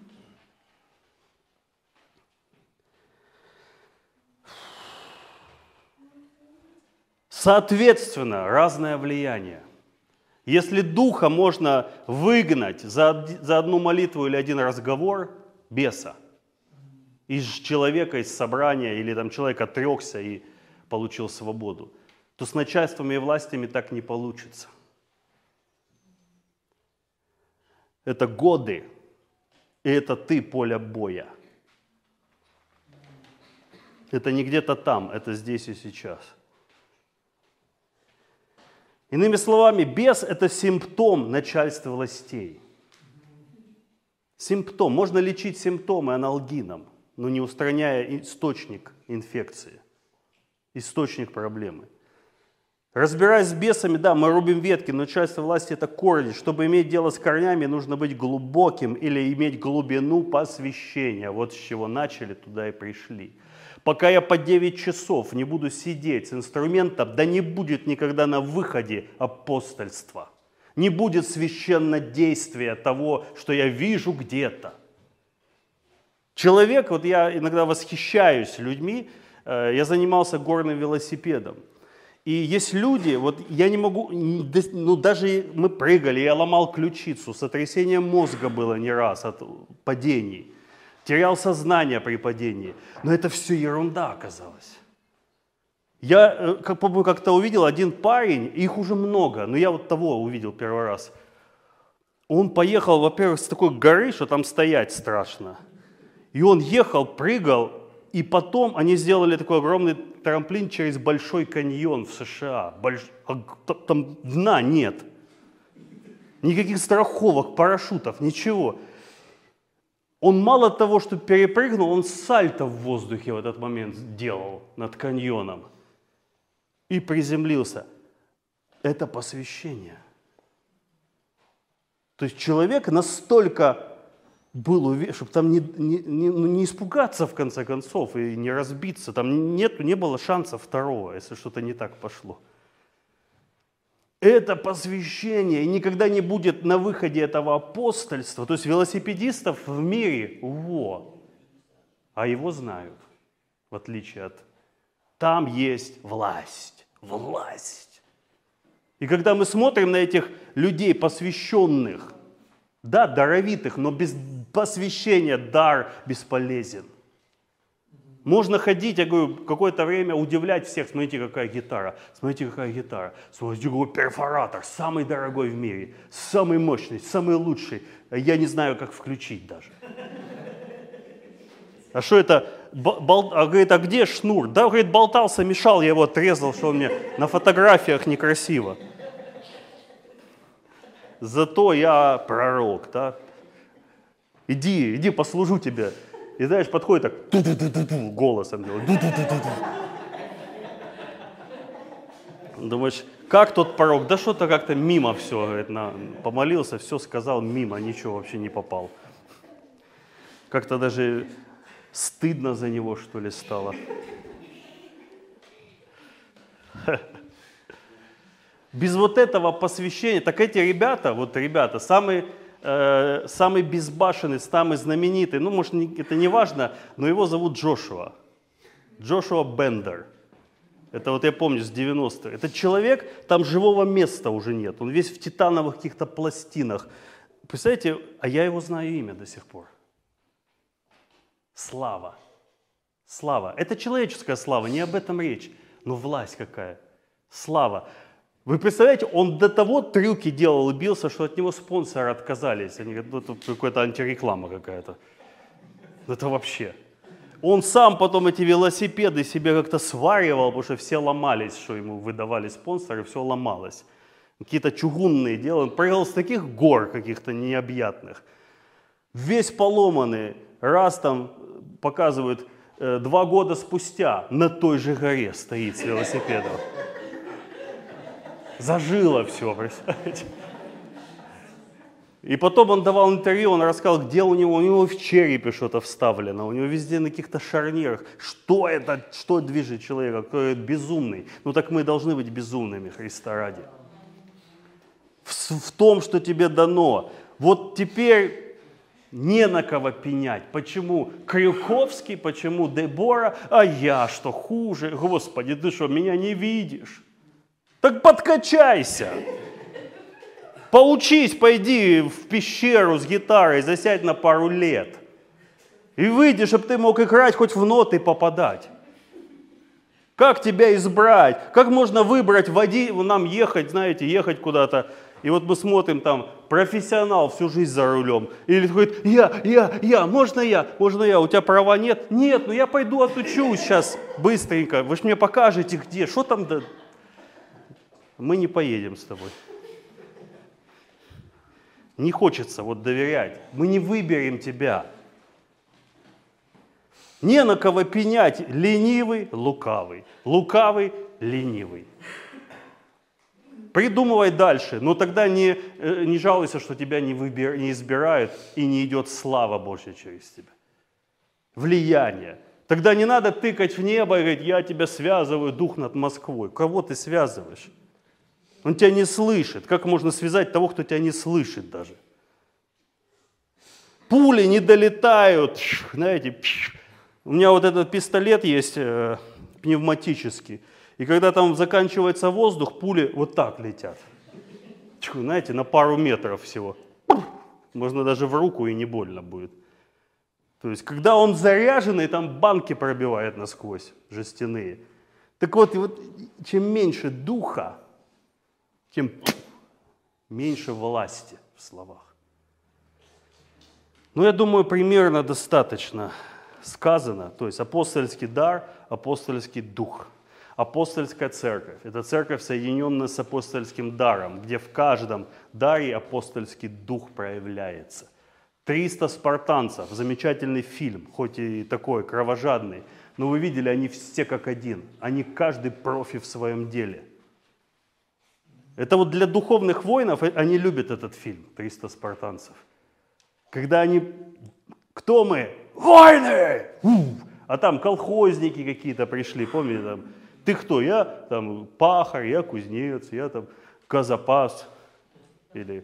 Соответственно, разное влияние. Если духа можно выгнать за, за одну молитву или один разговор, беса, из человека, из собрания, или там человек отрекся и получил свободу, то с начальствами и властями так не получится. Это годы, и это ты, поле боя. Это не где-то там, это здесь и сейчас. Иными словами, бес – это симптом начальства властей. Симптом. Можно лечить симптомы аналгином, но не устраняя источник инфекции, источник проблемы. Разбираясь с бесами, да, мы рубим ветки, но начальство власти – это корни. Чтобы иметь дело с корнями, нужно быть глубоким или иметь глубину посвящения. Вот с чего начали, туда и пришли. Пока я по девять часов не буду сидеть с инструментом, да не будет никогда на выходе апостольства. Не будет священнодействия того, что я вижу где-то. Человек, вот я иногда восхищаюсь людьми, я занимался горным велосипедом. И есть люди, вот я не могу, ну даже мы прыгали, я ломал ключицу, сотрясение мозга было не раз от падений. Терял сознание при падении. Но это все ерунда оказалась. Я, как помню, как-то увидел один парень, их уже много, но я вот того увидел первый раз. Он поехал, во-первых, с такой горы, что там стоять страшно. И он ехал, прыгал, и потом они сделали такой огромный трамплин через Большой каньон в США. Больш... Там дна нет. Никаких страховок, парашютов, ничего. Он мало того, что перепрыгнул, он сальто в воздухе в этот момент делал над каньоном. и приземлился. Это посвящение. То есть человек настолько был уверен, чтобы там не, не, не, ну, не испугаться в конце концов и не разбиться. Там нет, не было шанса второго, если что-то не так пошло. Это посвящение, и никогда не будет на выходе этого апостольства. То есть велосипедистов в мире, во, а его знают, в отличие от... Там есть власть, власть. И когда мы смотрим на этих людей, посвященных, да, даровитых, но без посвящения дар бесполезен. Можно ходить, я говорю, какое-то время удивлять всех. Смотрите, какая гитара, смотрите, какая гитара, смотрите, какой перфоратор, самый дорогой в мире, самый мощный, самый лучший. Я не знаю, как включить даже. А что это? Бол... А, говорит, а где шнур? Да, говорит, болтался, мешал, я его отрезал, что он мне на фотографиях некрасиво. Зато я пророк, да? Иди, иди, послужу тебе. И знаешь, подходит так, ду-ду-ду-ду-ду, голосом делает, ду-ду-ду-ду-ду. Думаешь, как тот пророк? Да что-то как-то мимо все, говорит, на, помолился, все сказал мимо, ничего вообще не попал. Как-то даже стыдно за него, что ли, стало. Без вот этого посвящения, так эти ребята, вот ребята, самые, э, самый безбашенный, самый знаменитый, ну, может, не, это не важно, но его зовут Джошуа. Джошуа Бендер. Это вот я помню с девяностых. Этот человек, там живого места уже нет. Он весь в титановых каких-то пластинах. Представляете, а я его знаю имя до сих пор. Слава. Слава. Это человеческая слава, не об этом речь. Но власть какая. Слава. Вы представляете, он до того трюки делал и бился, что от него спонсоры отказались. Они говорят, ну это какая-то антиреклама какая-то. Это вообще. Он сам потом эти велосипеды себе как-то сваривал, потому что все ломались, что ему выдавали спонсоры, все ломалось. Какие-то чугунные делал. Он прыгал с таких гор каких-то необъятных. Весь поломанный. Раз там показывают, э, два года спустя на той же горе стоит с велосипедом. Зажило все, представляете? И потом он давал интервью, он рассказал, где у него, у него в черепе что-то вставлено, у него везде на каких-то шарнирах. Что это, что движет человека, какой безумный. Ну так мы должны быть безумными, Христа ради. В, в том, что тебе дано. Вот теперь не на кого пенять. Почему Крюковский, почему Дебора, а я что хуже? Господи, ты что, меня не видишь? Так подкачайся. Поучись, пойди в пещеру с гитарой, засядь на пару лет. И выйди, чтобы ты мог играть, хоть в ноты попадать. Как тебя избрать? Как можно выбрать, води, нам ехать, знаете, ехать куда-то. И вот мы смотрим там, профессионал всю жизнь за рулем. Или говорит, я, я, я, можно я, можно я, у тебя права нет? Нет, ну я пойду отучусь сейчас быстренько. Вы же мне покажете где, что там, да... Мы не поедем с тобой. Не хочется вот доверять. Мы не выберем тебя. Не на кого пенять. Ленивый, лукавый. Лукавый, ленивый. Придумывай дальше, но тогда не, не жалуйся, что тебя не, выбир, не избирают и не идет слава Божья через тебя. Влияние. Тогда не надо тыкать в небо и говорить, я тебя связываю, дух над Москвой. Кого ты связываешь? Он тебя не слышит. Как можно связать того, кто тебя не слышит даже? Пули не долетают. Знаете, у меня вот этот пистолет есть э, пневматический. И когда там заканчивается воздух, пули вот так летят. Знаете, на пару метров всего. Можно даже в руку и не больно будет. То есть, когда он заряженный, там банки пробивает насквозь, жестяные. Так вот, и вот чем меньше духа, тем меньше власти в словах. Ну, я думаю, примерно достаточно сказано. То есть апостольский дар, апостольский дух. Апостольская церковь – это церковь, соединенная с апостольским даром, где в каждом даре апостольский дух проявляется. триста спартанцев, замечательный фильм, хоть и такой кровожадный, Но вы видели, они все как один. Они каждый профи в своем деле. Это вот для духовных воинов, они любят этот фильм «триста спартанцев». Когда они... Кто мы? Войны! А там колхозники какие-то пришли, помните, там, ты кто? Я там пахарь, я кузнец, я там казапас или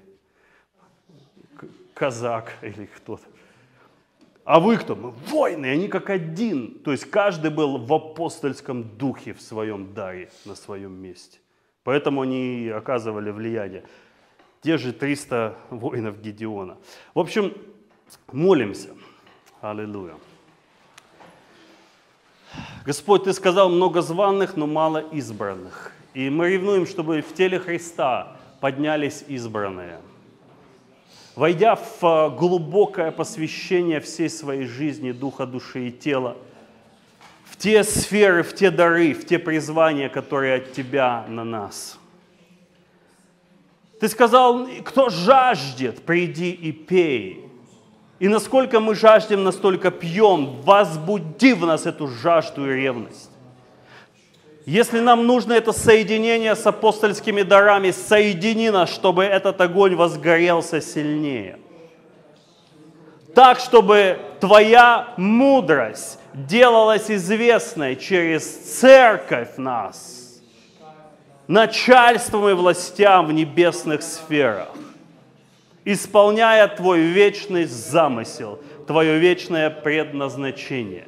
казак или кто-то. А вы кто? Мы воины, они как один. То есть каждый был в апостольском духе в своем даре, на своем месте. Поэтому они оказывали влияние. Те же триста воинов Гедеона. В общем, молимся. Аллилуйя. Господь, Ты сказал, много званых, но мало избранных. И мы ревнуем, чтобы в теле Христа поднялись избранные. Войдя в глубокое посвящение всей своей жизни, духа, души и тела, в те сферы, в те дары, в те призвания, которые от Тебя на нас. Ты сказал, кто жаждет, приди и пей. И насколько мы жаждем, настолько пьем. Возбуди в нас эту жажду и ревность. Если нам нужно это соединение с апостольскими дарами, соедини нас, чтобы этот огонь возгорелся сильнее. Так, чтобы Твоя мудрость делалась известной через церковь нас, начальством и властям в небесных сферах, исполняя Твой вечный замысел, Твое вечное предназначение.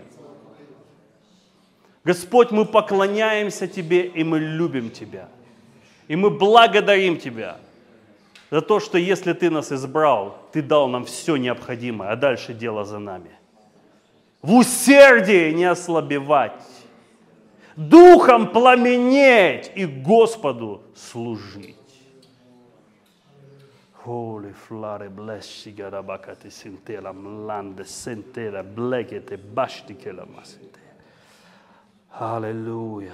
Господь, мы поклоняемся Тебе, и мы любим Тебя. И мы благодарим Тебя за то, что если Ты нас избрал, Ты дал нам все необходимое, а дальше дело за нами. В усердии не ослабевать, духом пламенеть и Господу служить. Holy flare blessi garabakati sintela mlande sentela blekete bashtikela masinte. Аллилуйя.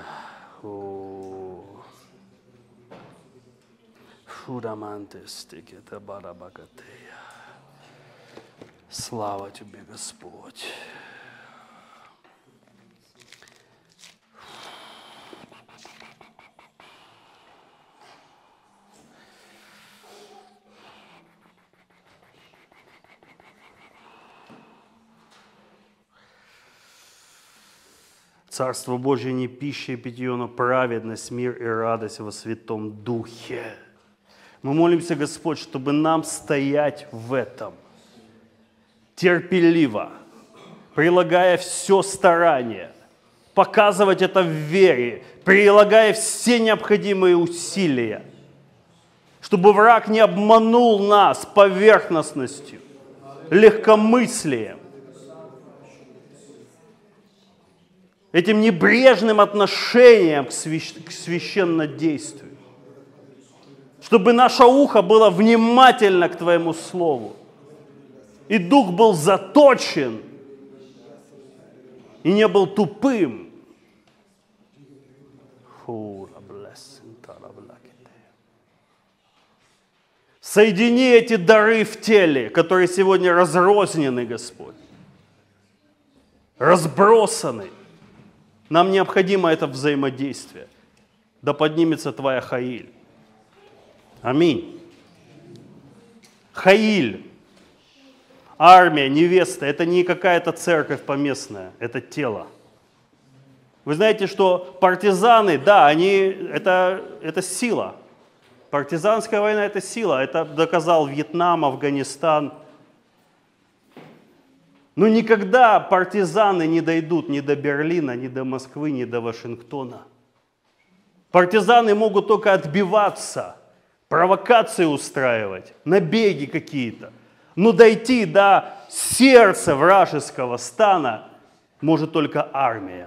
Слава Тебе, Господь. Царство Божие не пища и питье, но праведность, мир и радость во Святом Духе. Мы молимся, Господь, чтобы нам стоять в этом терпеливо, прилагая все старание, показывать это в вере, прилагая все необходимые усилия, чтобы враг не обманул нас поверхностностью, легкомыслием, этим небрежным отношением к священнодействию. Чтобы наше ухо было внимательно к Твоему Слову. И дух был заточен. И не был тупым. Соедини эти дары в теле, которые сегодня разрознены, Господь. Разбросаны. Нам необходимо это взаимодействие. Да поднимется Твоя Хаиль. Аминь. Хаиль, армия, невеста, это не какая-то церковь поместная, это тело. Вы знаете, что партизаны, да, они, это, это сила. Партизанская война – это сила. Это доказал Вьетнам, Афганистан. Но никогда партизаны не дойдут ни до Берлина, ни до Москвы, ни до Вашингтона. Партизаны могут только отбиваться, провокации устраивать, набеги какие-то. Но дойти до сердца вражеского стана может только армия.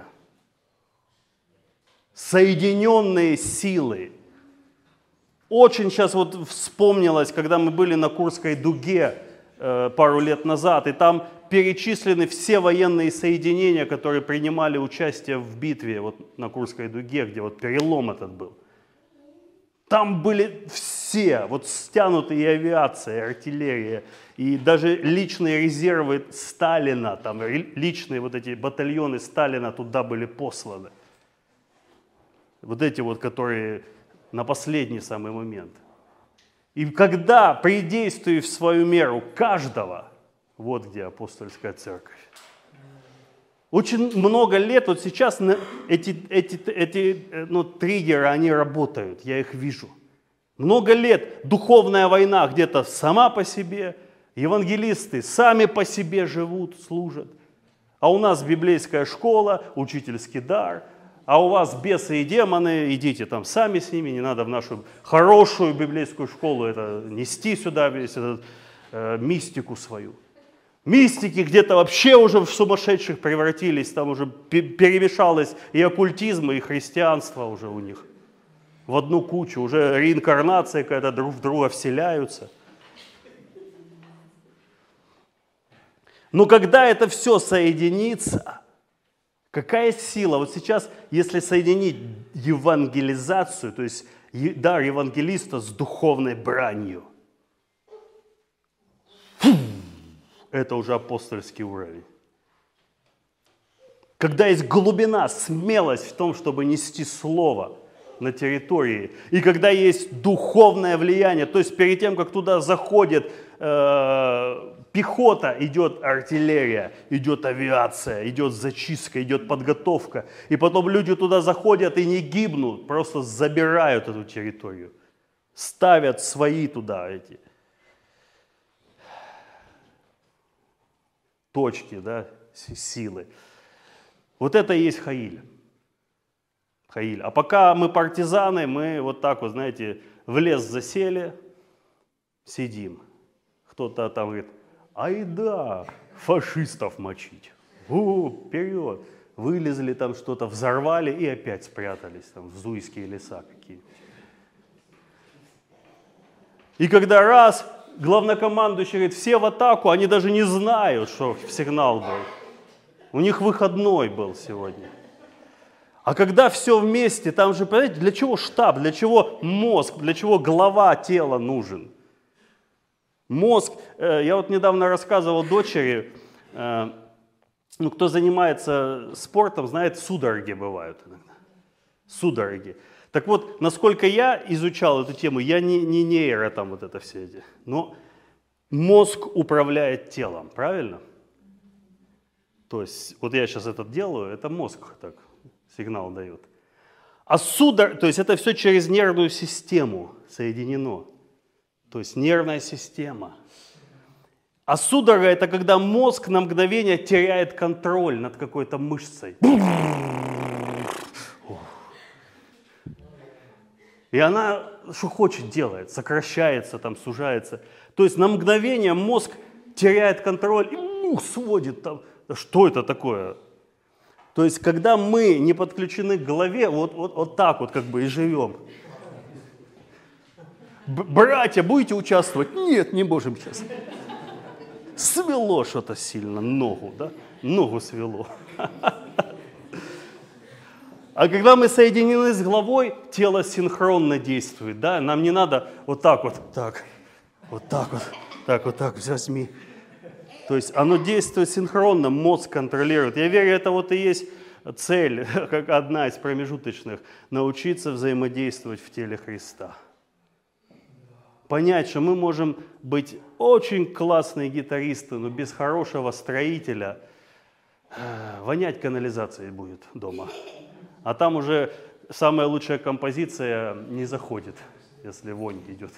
Соединенные силы. Очень сейчас вот вспомнилось, когда мы были на Курской дуге э, пару лет назад, и там перечислены все военные соединения, которые принимали участие в битве вот на Курской дуге, где вот перелом этот был. Там были все, вот стянутые и авиация, и артиллерия, и даже личные резервы Сталина, там личные вот эти батальоны Сталина туда были посланы. Вот эти вот, которые на последний самый момент. И когда при действии в свою меру каждого, вот где апостольская церковь. Очень много лет, вот сейчас эти, эти, эти ну, триггеры, они работают, я их вижу. Много лет духовная война где-то сама по себе, евангелисты сами по себе живут, служат. А у нас библейская школа, учительский дар, а у вас бесы и демоны, идите там сами с ними, не надо в нашу хорошую библейскую школу это нести сюда, весь этот, э, мистику свою. Мистики где-то вообще уже в сумасшедших превратились, там уже перемешалось и оккультизм, и христианство уже у них в одну кучу, уже реинкарнация какая-то, друг в друга вселяются. Но когда это все соединится, какая сила? Вот сейчас, если соединить евангелизацию, то есть дар евангелиста с духовной бранью, это уже апостольский уровень. Когда есть глубина, смелость в том, чтобы нести слово на территории, и когда есть духовное влияние, то есть перед тем, как туда заходит э, пехота, идет артиллерия, идет авиация, идет зачистка, идет подготовка, и потом люди туда заходят и не гибнут, просто забирают эту территорию, ставят свои туда эти точки, да, силы. Вот это и есть Хаиль. Хаиль. А пока мы партизаны, мы вот так вот, знаете, в лес засели, сидим. Кто-то там говорит, ай да, фашистов мочить. О, вперед. Вылезли там что-то, взорвали и опять спрятались там в зуйские леса какие-то. И когда раз... Главнокомандующий говорит, все в атаку, они даже не знают, что сигнал был. У них выходной был сегодня. А когда все вместе, там же, понимаете, для чего штаб, для чего мозг, для чего голова тела нужен? Мозг, я вот недавно рассказывал дочери, ну, кто занимается спортом, знает, судороги бывают иногда. Судороги. Так вот, насколько я изучал эту тему, я не, не нейро там вот это все эти, но мозг управляет телом, правильно? То есть, вот я сейчас это делаю, это мозг так сигнал дает. А судор, то есть это все через нервную систему соединено. То есть нервная система. А судорога это когда мозг на мгновение теряет контроль над какой-то мышцей. И она, что хочет, делает, сокращается, там, сужается. То есть на мгновение мозг теряет контроль и ух, сводит там. Что это такое? То есть когда мы не подключены к голове, вот, вот, вот так вот как бы и живем. Б- братья, будете участвовать? Нет, не можем сейчас. Свело что-то сильно, ногу, да? Ногу свело. А когда мы соединены с головой, тело синхронно действует, да? Нам не надо вот так вот, так, вот так вот, так вот, так, возьми. То есть оно действует синхронно, мозг контролирует. Я верю, это вот и есть цель, как одна из промежуточных, научиться взаимодействовать в теле Христа. Понять, что мы можем быть очень классные гитаристы, но без хорошего строителя вонять канализацией будет дома. А там уже самая лучшая композиция не заходит, если вонь идет.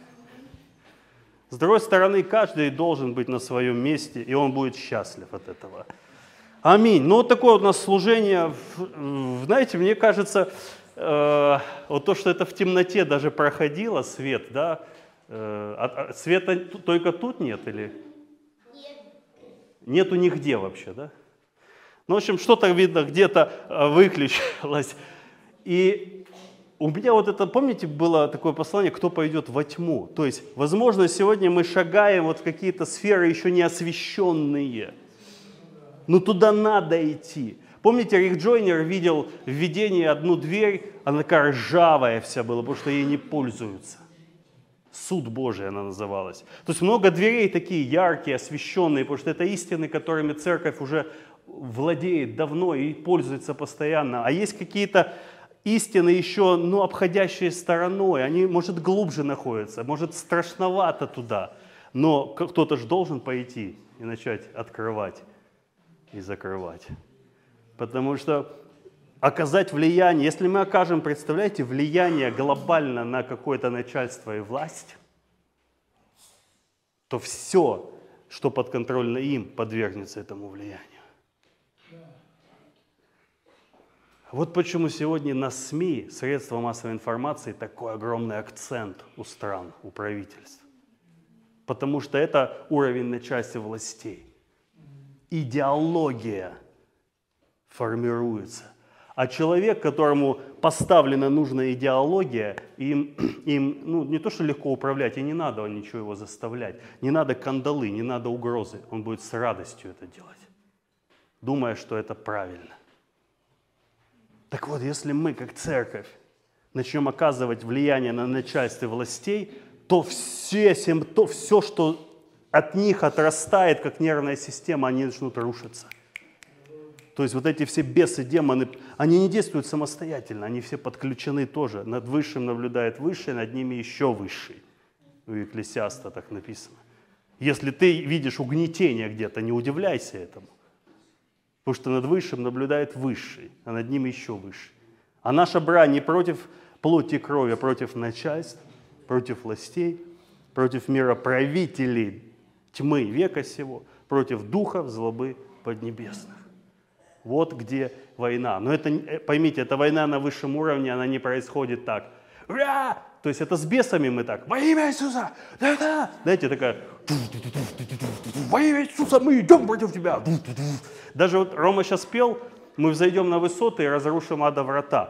С другой стороны, каждый должен быть на своем месте, и он будет счастлив от этого. Аминь. Ну вот такое вот у нас служение. Знаете, мне кажется, э, вот то, что это в темноте даже проходило, свет, да, э, а, света только тут нет или? Нет. Нету нигде вообще, да? Ну, в общем, что-то, видно, где-то выключилось. И у меня вот это, помните, было такое послание, кто пойдет во тьму? То есть, возможно, сегодня мы шагаем вот в какие-то сферы еще не освещенные. Но туда надо идти. Помните, Рик Джойнер видел в видении одну дверь, она такая ржавая вся была, потому что ей не пользуются. Суд Божий она называлась. То есть много дверей такие яркие, освещенные, потому что это истины, которыми церковь уже владеет давно и пользуется постоянно. А есть какие-то истины еще, ну, обходящие стороной. Они, может, глубже находятся, может, страшновато туда. Но кто-то же должен пойти и начать открывать и закрывать. Потому что оказать влияние, если мы окажем, представляете, влияние глобально на какое-то начальство и власть, то все, что подконтрольно им, подвергнется этому влиянию. Вот почему сегодня на СМИ, средства массовой информации, такой огромный акцент у стран, у правительств. Потому что это уровень начальства властей. Идеология формируется. А человек, которому поставлена нужная идеология, им, им ну, не то что легко управлять, и не надо ничего его заставлять. Не надо кандалы, не надо угрозы. Он будет с радостью это делать, думая, что это правильно. Так вот, если мы, как церковь, начнем оказывать влияние на начальство властей, то все, то все, что от них отрастает, как нервная система, они начнут рушиться. То есть вот эти все бесы, демоны, они не действуют самостоятельно, они все подключены тоже. Над высшим наблюдает высший, над ними еще высший. У Екклесиаста так написано. Если ты видишь угнетение где-то, не удивляйся этому. Потому что над высшим наблюдает высший, а над ним еще высший. А наша брань не против плоти и крови, а против начальств, против властей, против мироправителей тьмы века сего, против духов злобы поднебесных. Вот где война. Но это, поймите, эта война на высшем уровне, она не происходит так. Ура! То есть это с бесами мы так. Во имя Иисуса! Да-да! Знаете, такая. Во имя Иисуса мы идем против тебя! Даже вот Рома сейчас пел, мы взойдем на высоты и разрушим ада врата.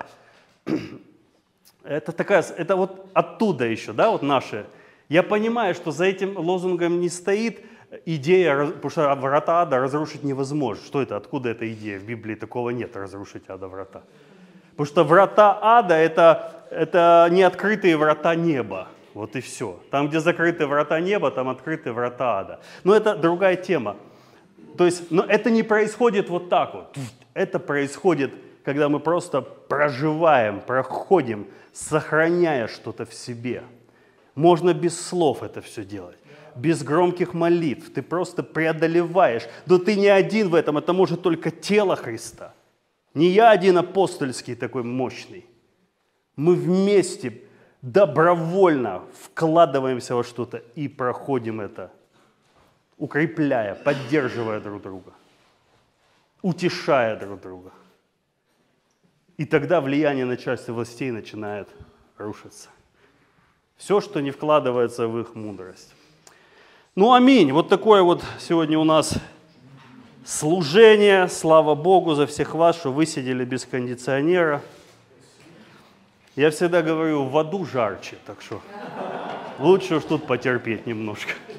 Это такая, это вот оттуда еще, да, вот наши. Я понимаю, что за этим лозунгом не стоит идея, потому что врата ада разрушить невозможно. Что это? Откуда эта идея? В Библии такого нет, разрушить ада врата. Потому что врата ада это, это не открытые врата неба. Вот и все. Там, где закрыты врата неба, там открыты врата ада. Но это другая тема. То есть, но это не происходит вот так вот. Это происходит, когда мы просто проживаем, проходим, сохраняя что-то в себе. Можно без слов это все делать. Без громких молитв. Ты просто преодолеваешь. Но ты не один в этом, это может только тело Христа. Не я один апостольский такой мощный. Мы вместе добровольно вкладываемся во что-то и проходим это, укрепляя, поддерживая друг друга, утешая друг друга. И тогда влияние начальства властей начинает рушиться. Все, что не вкладывается в их мудрость. Ну, аминь. Вот такое вот сегодня у нас служение. Слава Богу за всех вас, что вы сидели без кондиционера. Я всегда говорю, в аду жарче, так что лучше уж тут потерпеть немножко.